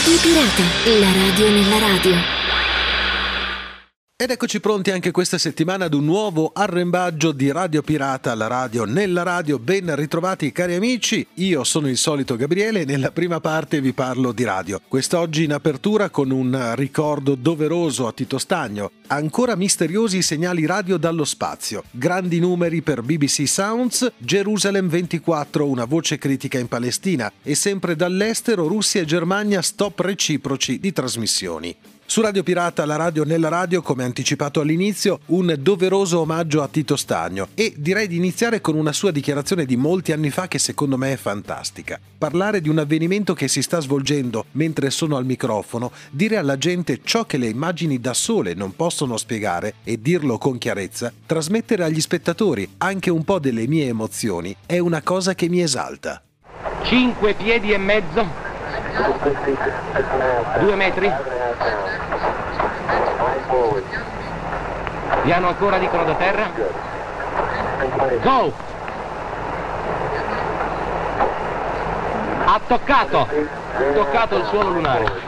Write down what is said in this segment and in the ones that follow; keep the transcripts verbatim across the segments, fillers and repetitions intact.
Radio Pirata, la radio nella radio. Ed eccoci pronti anche questa settimana ad un nuovo arrembaggio di Radio Pirata, la radio nella radio. Ben ritrovati cari amici, io sono il solito Gabriele e nella prima parte vi parlo di radio. Quest'oggi in apertura con un ricordo doveroso a Tito Stagno. Ancora misteriosi i segnali radio dallo spazio, grandi numeri per B B C Sounds, Gerusalemme ventiquattro, una voce critica in Palestina e sempre dall'estero Russia e Germania, stop reciproci di trasmissioni. Su Radio Pirata, la radio nella radio, come anticipato all'inizio, un doveroso omaggio a Tito Stagno e direi di iniziare con una sua dichiarazione di molti anni fa che secondo me è fantastica. Parlare di un avvenimento che si sta svolgendo mentre sono al microfono, dire alla gente ciò che le immagini da sole non possono spiegare e dirlo con chiarezza, trasmettere agli spettatori anche un po' delle mie emozioni, è una cosa che mi esalta. Cinque piedi e mezzo, due metri. Piano ancora, dicono da terra. Go! Ha toccato, ha toccato il suolo lunare.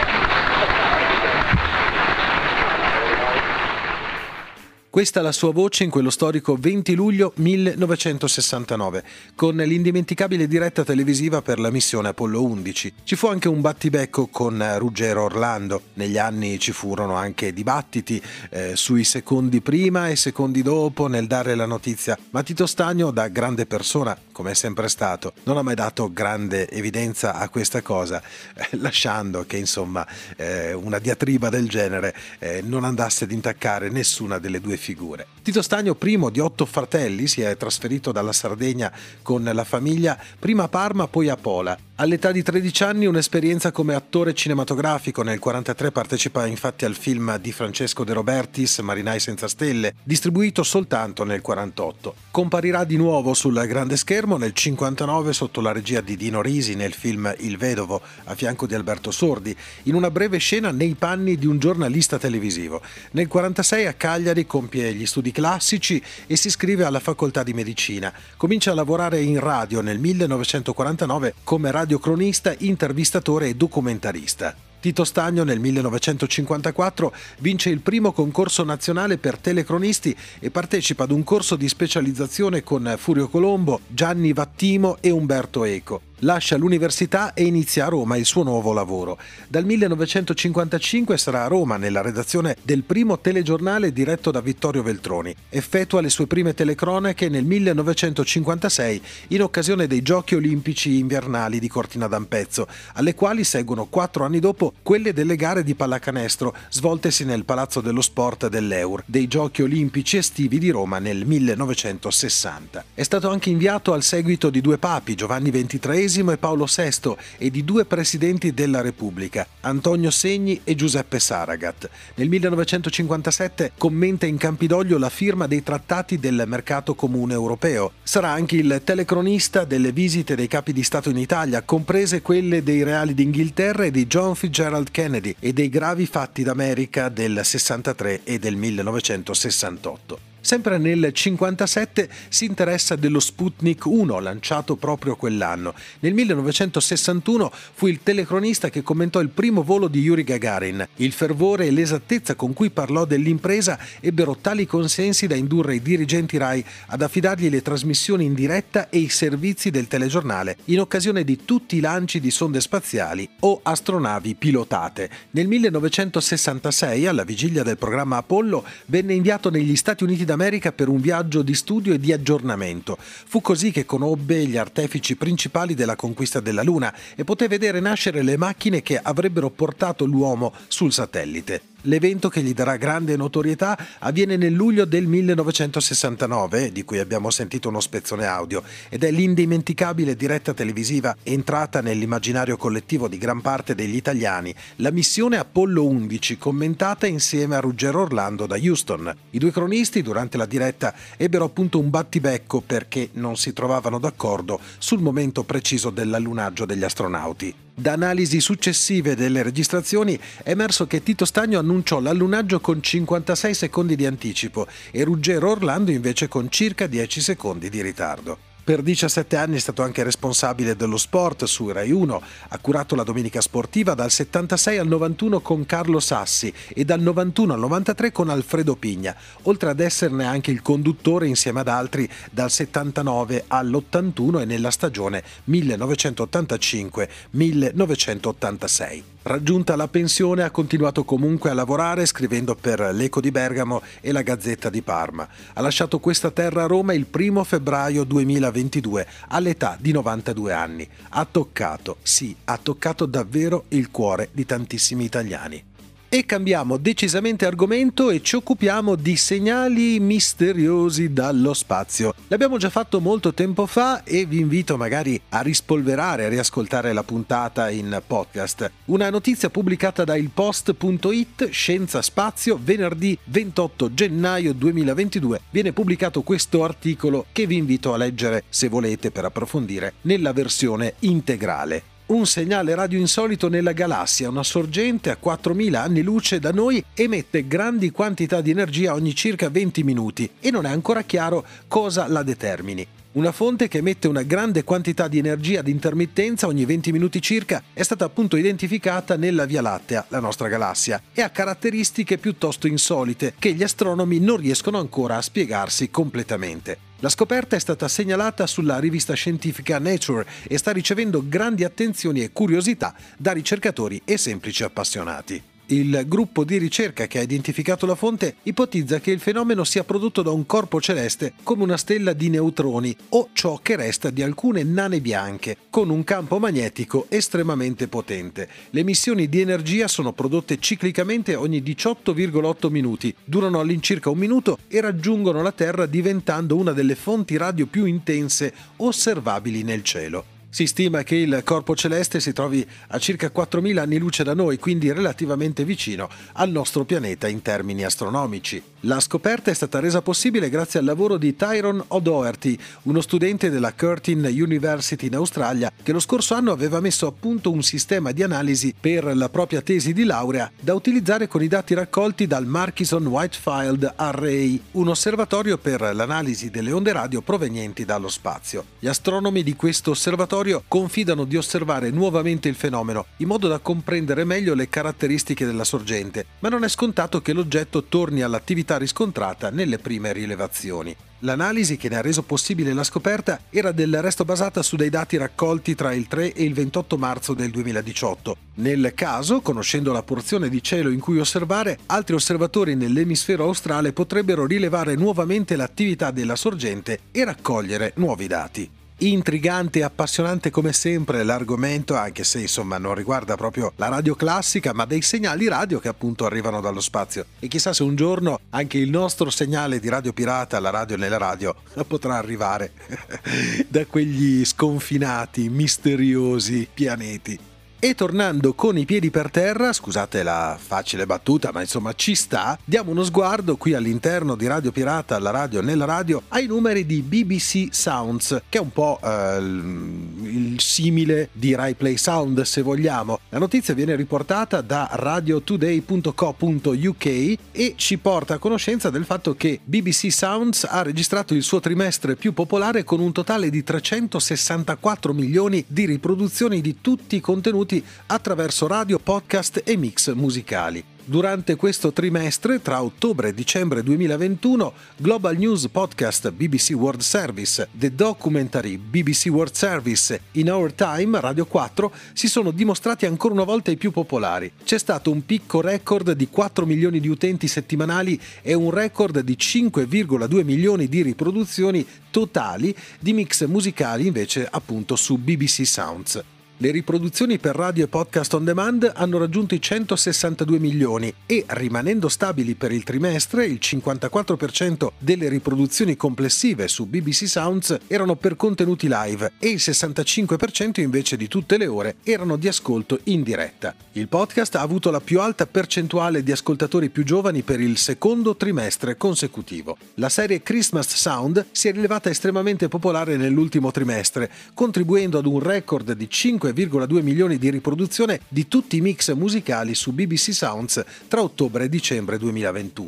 Questa è la sua voce in quello storico venti luglio millenovecentosessantanove, con l'indimenticabile diretta televisiva per la missione Apollo undici. Ci fu anche un battibecco con Ruggero Orlando. Negli anni ci furono anche dibattiti eh, sui secondi prima e secondi dopo nel dare la notizia, ma Tito Stagno, da grande persona, come è sempre stato, non ha mai dato grande evidenza a questa cosa, eh, lasciando che insomma eh, una diatriba del genere eh, non andasse ad intaccare nessuna delle due figure. Tito Stagno, primo di otto fratelli, si è trasferito dalla Sardegna con la famiglia prima a Parma, poi a Pola. All'età di tredici anni un'esperienza come attore cinematografico. Nel quarantatré partecipa infatti al film di Francesco De Robertis, Marinai senza stelle, distribuito soltanto nel quarantotto. Comparirà di nuovo sul grande schermo nel cinquantanove sotto la regia di Dino Risi nel film Il Vedovo, a fianco di Alberto Sordi, in una breve scena nei panni di un giornalista televisivo. Nel quarantasei a Cagliari compie gli studi classici e si iscrive alla facoltà di medicina. Comincia a lavorare in radio nel millenovecentoquarantanove come radiocronista, intervistatore e documentarista. Tito Stagno nel millenovecentocinquantaquattro vince il primo concorso nazionale per telecronisti e partecipa ad un corso di specializzazione con Furio Colombo, Gianni Vattimo e Umberto Eco. Lascia l'università e inizia a Roma il suo nuovo lavoro. Dal millenovecentocinquantacinque sarà a Roma nella redazione del primo telegiornale diretto da Vittorio Veltroni. Effettua le sue prime telecronache nel millenovecentocinquantasei in occasione dei Giochi Olimpici Invernali di Cortina d'Ampezzo, alle quali seguono quattro anni dopo quelle delle gare di pallacanestro svoltesi nel Palazzo dello Sport dell'Eur dei Giochi Olimpici Estivi di Roma nel millenovecentosessanta. È stato anche inviato al seguito di due papi, Giovanni ventitreesimo e Paolo sesto, e di due presidenti della Repubblica, Antonio Segni e Giuseppe Saragat. Nel millenovecentocinquantasette commenta in Campidoglio la firma dei trattati del mercato comune europeo. Sarà anche il telecronista delle visite dei capi di Stato in Italia, comprese quelle dei reali d'Inghilterra e di John Fitzgerald Kennedy e dei gravi fatti d'America del sessantatré e del millenovecentosessantotto. Sempre nel cinquantasette si interessa dello Sputnik uno, lanciato proprio quell'anno. Nel millenovecentosessantuno fu il telecronista che commentò il primo volo di Yuri Gagarin. Il fervore e l'esattezza con cui parlò dell'impresa ebbero tali consensi da indurre i dirigenti Rai ad affidargli le trasmissioni in diretta e i servizi del telegiornale in occasione di tutti i lanci di sonde spaziali o astronavi pilotate. Nel millenovecentosessantasei, alla vigilia del programma Apollo, venne inviato negli Stati Uniti d'America per un viaggio di studio e di aggiornamento. Fu così che conobbe gli artefici principali della conquista della Luna e poté vedere nascere le macchine che avrebbero portato l'uomo sul satellite. L'evento che gli darà grande notorietà avviene nel luglio del millenovecentosessantanove, di cui abbiamo sentito uno spezzone audio, ed è l'indimenticabile diretta televisiva entrata nell'immaginario collettivo di gran parte degli italiani, la missione Apollo undici, commentata insieme a Ruggero Orlando da Houston. I due cronisti durante la diretta ebbero appunto un battibecco perché non si trovavano d'accordo sul momento preciso dell'allunaggio degli astronauti. Da analisi successive delle registrazioni è emerso che Tito Stagno annunciò l'allunaggio con cinquantasei secondi di anticipo e Ruggero Orlando invece con circa dieci secondi di ritardo. Per diciassette anni è stato anche responsabile dello sport su Rai uno, ha curato la Domenica Sportiva dal settantasei al novantuno con Carlo Sassi e dal novantuno al novantatré con Alfredo Pigna, oltre ad esserne anche il conduttore insieme ad altri dal settantanove all'ottantuno e nella stagione millenovecentottantacinque millenovecentottantasei. Raggiunta la pensione ha continuato comunque a lavorare scrivendo per l'Eco di Bergamo e la Gazzetta di Parma. Ha lasciato questa terra a Roma il primo febbraio duemilaventidue all'età di novantadue anni. Ha toccato, sì, ha toccato davvero il cuore di tantissimi italiani. E cambiamo decisamente argomento e ci occupiamo di segnali misteriosi dallo spazio. L'abbiamo già fatto molto tempo fa e vi invito magari a rispolverare, a riascoltare la puntata in podcast. Una notizia pubblicata da il post punto it, Scienza Spazio, venerdì ventotto gennaio duemilaventidue. Viene pubblicato questo articolo che vi invito a leggere se volete per approfondire nella versione integrale. Un segnale radio insolito nella galassia, una sorgente a quattromila anni luce da noi emette grandi quantità di energia ogni circa venti minuti e non è ancora chiaro cosa la determini. Una fonte che emette una grande quantità di energia ad intermittenza ogni venti minuti circa è stata appunto identificata nella Via Lattea, la nostra galassia, e ha caratteristiche piuttosto insolite che gli astronomi non riescono ancora a spiegarsi completamente. La scoperta è stata segnalata sulla rivista scientifica Nature e sta ricevendo grandi attenzioni e curiosità da ricercatori e semplici appassionati. Il gruppo di ricerca che ha identificato la fonte ipotizza che il fenomeno sia prodotto da un corpo celeste come una stella di neutroni o ciò che resta di alcune nane bianche, con un campo magnetico estremamente potente. Le emissioni di energia sono prodotte ciclicamente ogni diciotto virgola otto minuti, durano all'incirca un minuto e raggiungono la Terra diventando una delle fonti radio più intense osservabili nel cielo. Si stima che il corpo celeste si trovi a circa quattromila anni luce da noi, quindi relativamente vicino al nostro pianeta in termini astronomici. La scoperta è stata resa possibile grazie al lavoro di Tyrone O'Doherty, uno studente della Curtin University in Australia, che lo scorso anno aveva messo a punto un sistema di analisi per la propria tesi di laurea da utilizzare con i dati raccolti dal Murchison Whitefield Array, un osservatorio per l'analisi delle onde radio provenienti dallo spazio. Gli astronomi di questo osservatorio confidano di osservare nuovamente il fenomeno in modo da comprendere meglio le caratteristiche della sorgente, ma non è scontato che l'oggetto torni all'attività riscontrata nelle prime rilevazioni. L'analisi che ne ha reso possibile la scoperta era del resto basata su dei dati raccolti tra il tre e il ventotto marzo del duemiladiciotto. Nel caso, conoscendo la porzione di cielo in cui osservare, altri osservatori nell'emisfero australe potrebbero rilevare nuovamente l'attività della sorgente e raccogliere nuovi dati. Intrigante e appassionante come sempre l'argomento, anche se insomma non riguarda proprio la radio classica, ma dei segnali radio che appunto arrivano dallo spazio. E chissà se un giorno anche il nostro segnale di radio pirata, la radio nella radio, potrà arrivare da quegli sconfinati, misteriosi pianeti. E tornando con i piedi per terra, scusate la facile battuta, ma insomma ci sta, diamo uno sguardo qui all'interno di Radio Pirata, la radio nella radio, ai numeri di B B C Sounds, che è un po' eh, il simile di Rai Play Sound, se vogliamo. La notizia viene riportata da radio today punto co punto u k e ci porta a conoscenza del fatto che B B C Sounds ha registrato il suo trimestre più popolare con un totale di trecentosessantaquattro milioni di riproduzioni di tutti i contenuti attraverso radio, podcast e mix musicali. Durante questo trimestre, tra ottobre e dicembre duemilaventuno, Global News Podcast B B C World Service, The Documentary B B C World Service, In Our Time Radio quattro si sono dimostrati ancora una volta i più popolari. C'è stato un picco record di quattro milioni di utenti settimanali e un record di cinque virgola due milioni di riproduzioni totali di mix musicali invece appunto su B B C Sounds. Le riproduzioni per radio e podcast on demand hanno raggiunto i centosessantadue milioni e, rimanendo stabili per il trimestre, il cinquantaquattro per cento delle riproduzioni complessive su B B C Sounds erano per contenuti live e il sessantacinque per cento invece di tutte le ore erano di ascolto in diretta. Il podcast ha avuto la più alta percentuale di ascoltatori più giovani per il secondo trimestre consecutivo. La serie Christmas Sound si è rilevata estremamente popolare nell'ultimo trimestre, contribuendo ad un record di cinque virgola due milioni di riproduzione di tutti i mix musicali su B B C Sounds tra ottobre e dicembre duemilaventuno.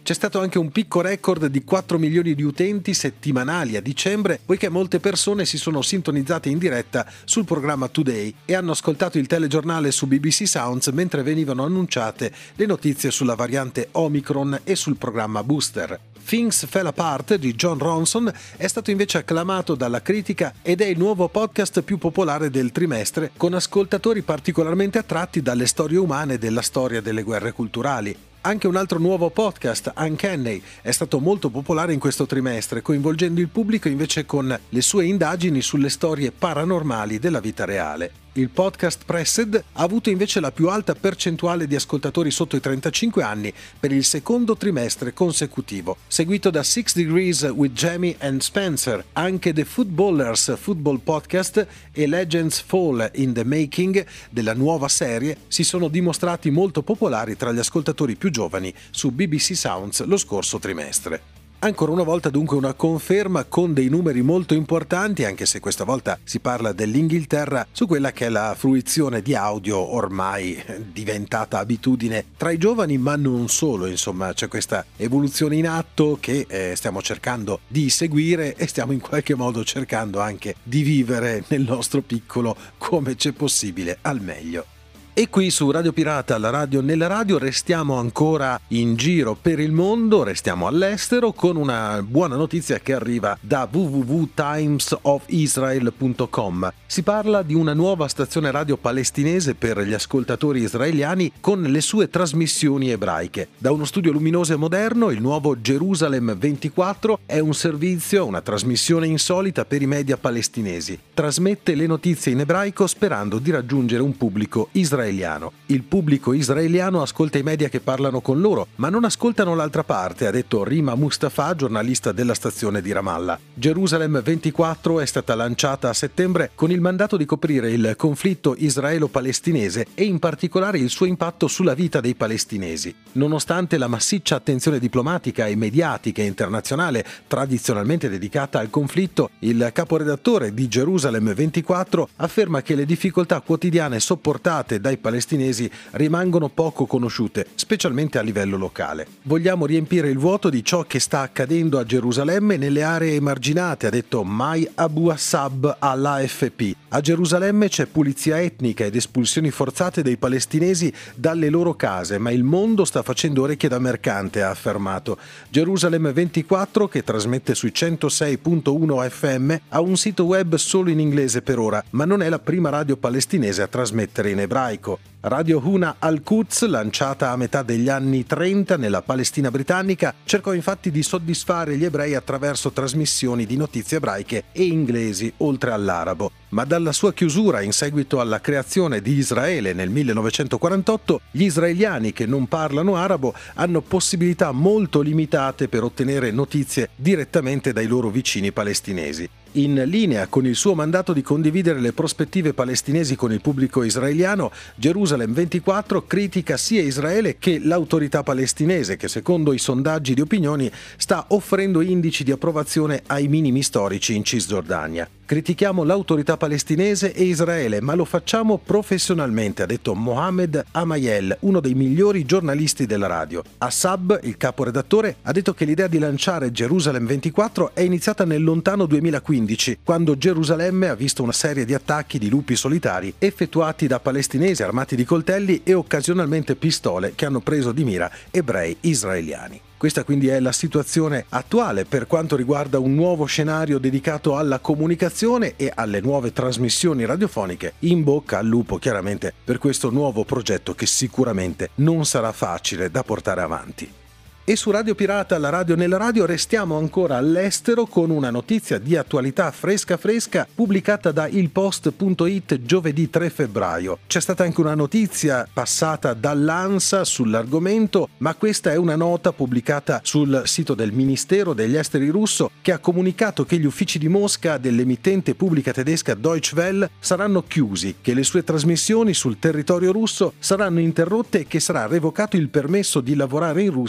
C'è stato anche un picco record di quattro milioni di utenti settimanali a dicembre, poiché molte persone si sono sintonizzate in diretta sul programma Today e hanno ascoltato il telegiornale su B B C Sounds mentre venivano annunciate le notizie sulla variante Omicron e sul programma Booster. Things Fell Apart di Jon Ronson è stato invece acclamato dalla critica ed è il nuovo podcast più popolare del trimestre, con ascoltatori particolarmente attratti dalle storie umane della storia delle guerre culturali. Anche un altro nuovo podcast, Uncanny, è stato molto popolare in questo trimestre, coinvolgendo il pubblico invece con le sue indagini sulle storie paranormali della vita reale. Il podcast Pressed ha avuto invece la più alta percentuale di ascoltatori sotto i trentacinque anni per il secondo trimestre consecutivo, seguito da Six Degrees with Jamie and Spencer. Anche The Footballers Football Podcast e Legends Fall in the Making della nuova serie si sono dimostrati molto popolari tra gli ascoltatori più giovani su B B C Sounds lo scorso trimestre. Ancora una volta dunque una conferma con dei numeri molto importanti, anche se questa volta si parla dell'Inghilterra, su quella che è la fruizione di audio ormai diventata abitudine tra i giovani, ma non solo. Insomma, c'è questa evoluzione in atto che eh, stiamo cercando di seguire e stiamo in qualche modo cercando anche di vivere nel nostro piccolo come c'è possibile al meglio. E qui su Radio Pirata, la radio nella radio, restiamo ancora in giro per il mondo, restiamo all'estero con una buona notizia che arriva da w w w punto times of israel punto com. Si parla di una nuova stazione radio palestinese per gli ascoltatori israeliani con le sue trasmissioni ebraiche. Da uno studio luminoso e moderno, il nuovo Gerusalem ventiquattro è un servizio, una trasmissione insolita per i media palestinesi. Trasmette le notizie in ebraico sperando di raggiungere un pubblico israeliano. Il pubblico israeliano ascolta i media che parlano con loro, ma non ascoltano l'altra parte, ha detto Rima Mustafa, giornalista della stazione di Ramallah. Gerusalem ventiquattro è stata lanciata a settembre con il mandato di coprire il conflitto israelo-palestinese e in particolare il suo impatto sulla vita dei palestinesi. Nonostante la massiccia attenzione diplomatica e mediatica internazionale tradizionalmente dedicata al conflitto, il caporedattore di Gerusalem ventiquattro afferma che le difficoltà quotidiane sopportate dai palestinesi rimangono poco conosciute, specialmente a livello locale. Vogliamo riempire il vuoto di ciò che sta accadendo a Gerusalemme nelle aree emarginate, ha detto Mai Abu Assab all'A F P. A Gerusalemme c'è pulizia etnica ed espulsioni forzate dei palestinesi dalle loro case, ma il mondo sta facendo orecchie da mercante, ha affermato. Gerusalem ventiquattro, che trasmette sui centosei virgola uno F M, ha un sito web solo in inglese per ora, ma non è la prima radio palestinese a trasmettere in ebraico. Radio Huna al-Quds, lanciata a metà degli anni trenta nella Palestina britannica, cercò infatti di soddisfare gli ebrei attraverso trasmissioni di notizie ebraiche e inglesi, oltre all'arabo. Ma dalla sua chiusura in seguito alla creazione di Israele nel millenovecentoquarantotto, gli israeliani che non parlano arabo hanno possibilità molto limitate per ottenere notizie direttamente dai loro vicini palestinesi. In linea con il suo mandato di condividere le prospettive palestinesi con il pubblico israeliano, Gerusalem ventiquattro critica sia Israele che l'autorità palestinese, che secondo i sondaggi di opinioni sta offrendo indici di approvazione ai minimi storici in Cisgiordania. Critichiamo l'autorità palestinese e Israele, ma lo facciamo professionalmente, ha detto Mohammed Amayel, uno dei migliori giornalisti della radio. Assab, il caporedattore, ha detto che l'idea di lanciare Gerusalem ventiquattro è iniziata nel lontano duemilaquindici, quando Gerusalemme ha visto una serie di attacchi di lupi solitari effettuati da palestinesi armati di coltelli e occasionalmente pistole che hanno preso di mira ebrei israeliani. Questa quindi è la situazione attuale per quanto riguarda un nuovo scenario dedicato alla comunicazione e alle nuove trasmissioni radiofoniche. In bocca al lupo chiaramente per questo nuovo progetto che sicuramente non sarà facile da portare avanti. E su Radio Pirata, la radio nella radio, restiamo ancora all'estero con una notizia di attualità fresca fresca pubblicata da il post punto it giovedì tre febbraio. C'è stata anche una notizia passata dall'ANSA sull'argomento, ma questa è una nota pubblicata sul sito del Ministero degli Esteri russo che ha comunicato che gli uffici di Mosca dell'emittente pubblica tedesca Deutsche Welle saranno chiusi, che le sue trasmissioni sul territorio russo saranno interrotte e che sarà revocato il permesso di lavorare in Russia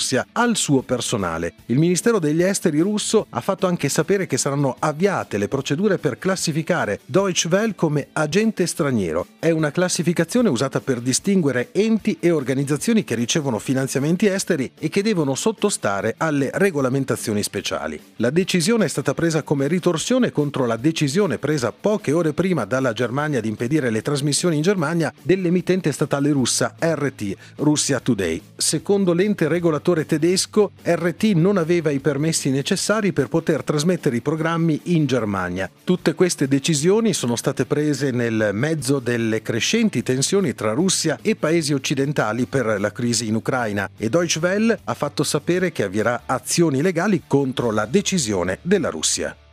al suo personale. Il Ministero degli Esteri russo ha fatto anche sapere che saranno avviate le procedure per classificare Deutsche Welle come agente straniero. È una classificazione usata per distinguere enti e organizzazioni che ricevono finanziamenti esteri e che devono sottostare alle regolamentazioni speciali. La decisione è stata presa come ritorsione contro la decisione presa poche ore prima dalla Germania di impedire le trasmissioni in Germania dell'emittente statale russa R T, Russia Today. Secondo l'ente regolatore tedesco, R T non aveva i permessi necessari per poter trasmettere i programmi in Germania. Tutte queste decisioni sono state prese nel mezzo delle crescenti tensioni tra Russia e paesi occidentali per la crisi in Ucraina, e Deutsche Welle ha fatto sapere che avvierà azioni legali contro la decisione della Russia.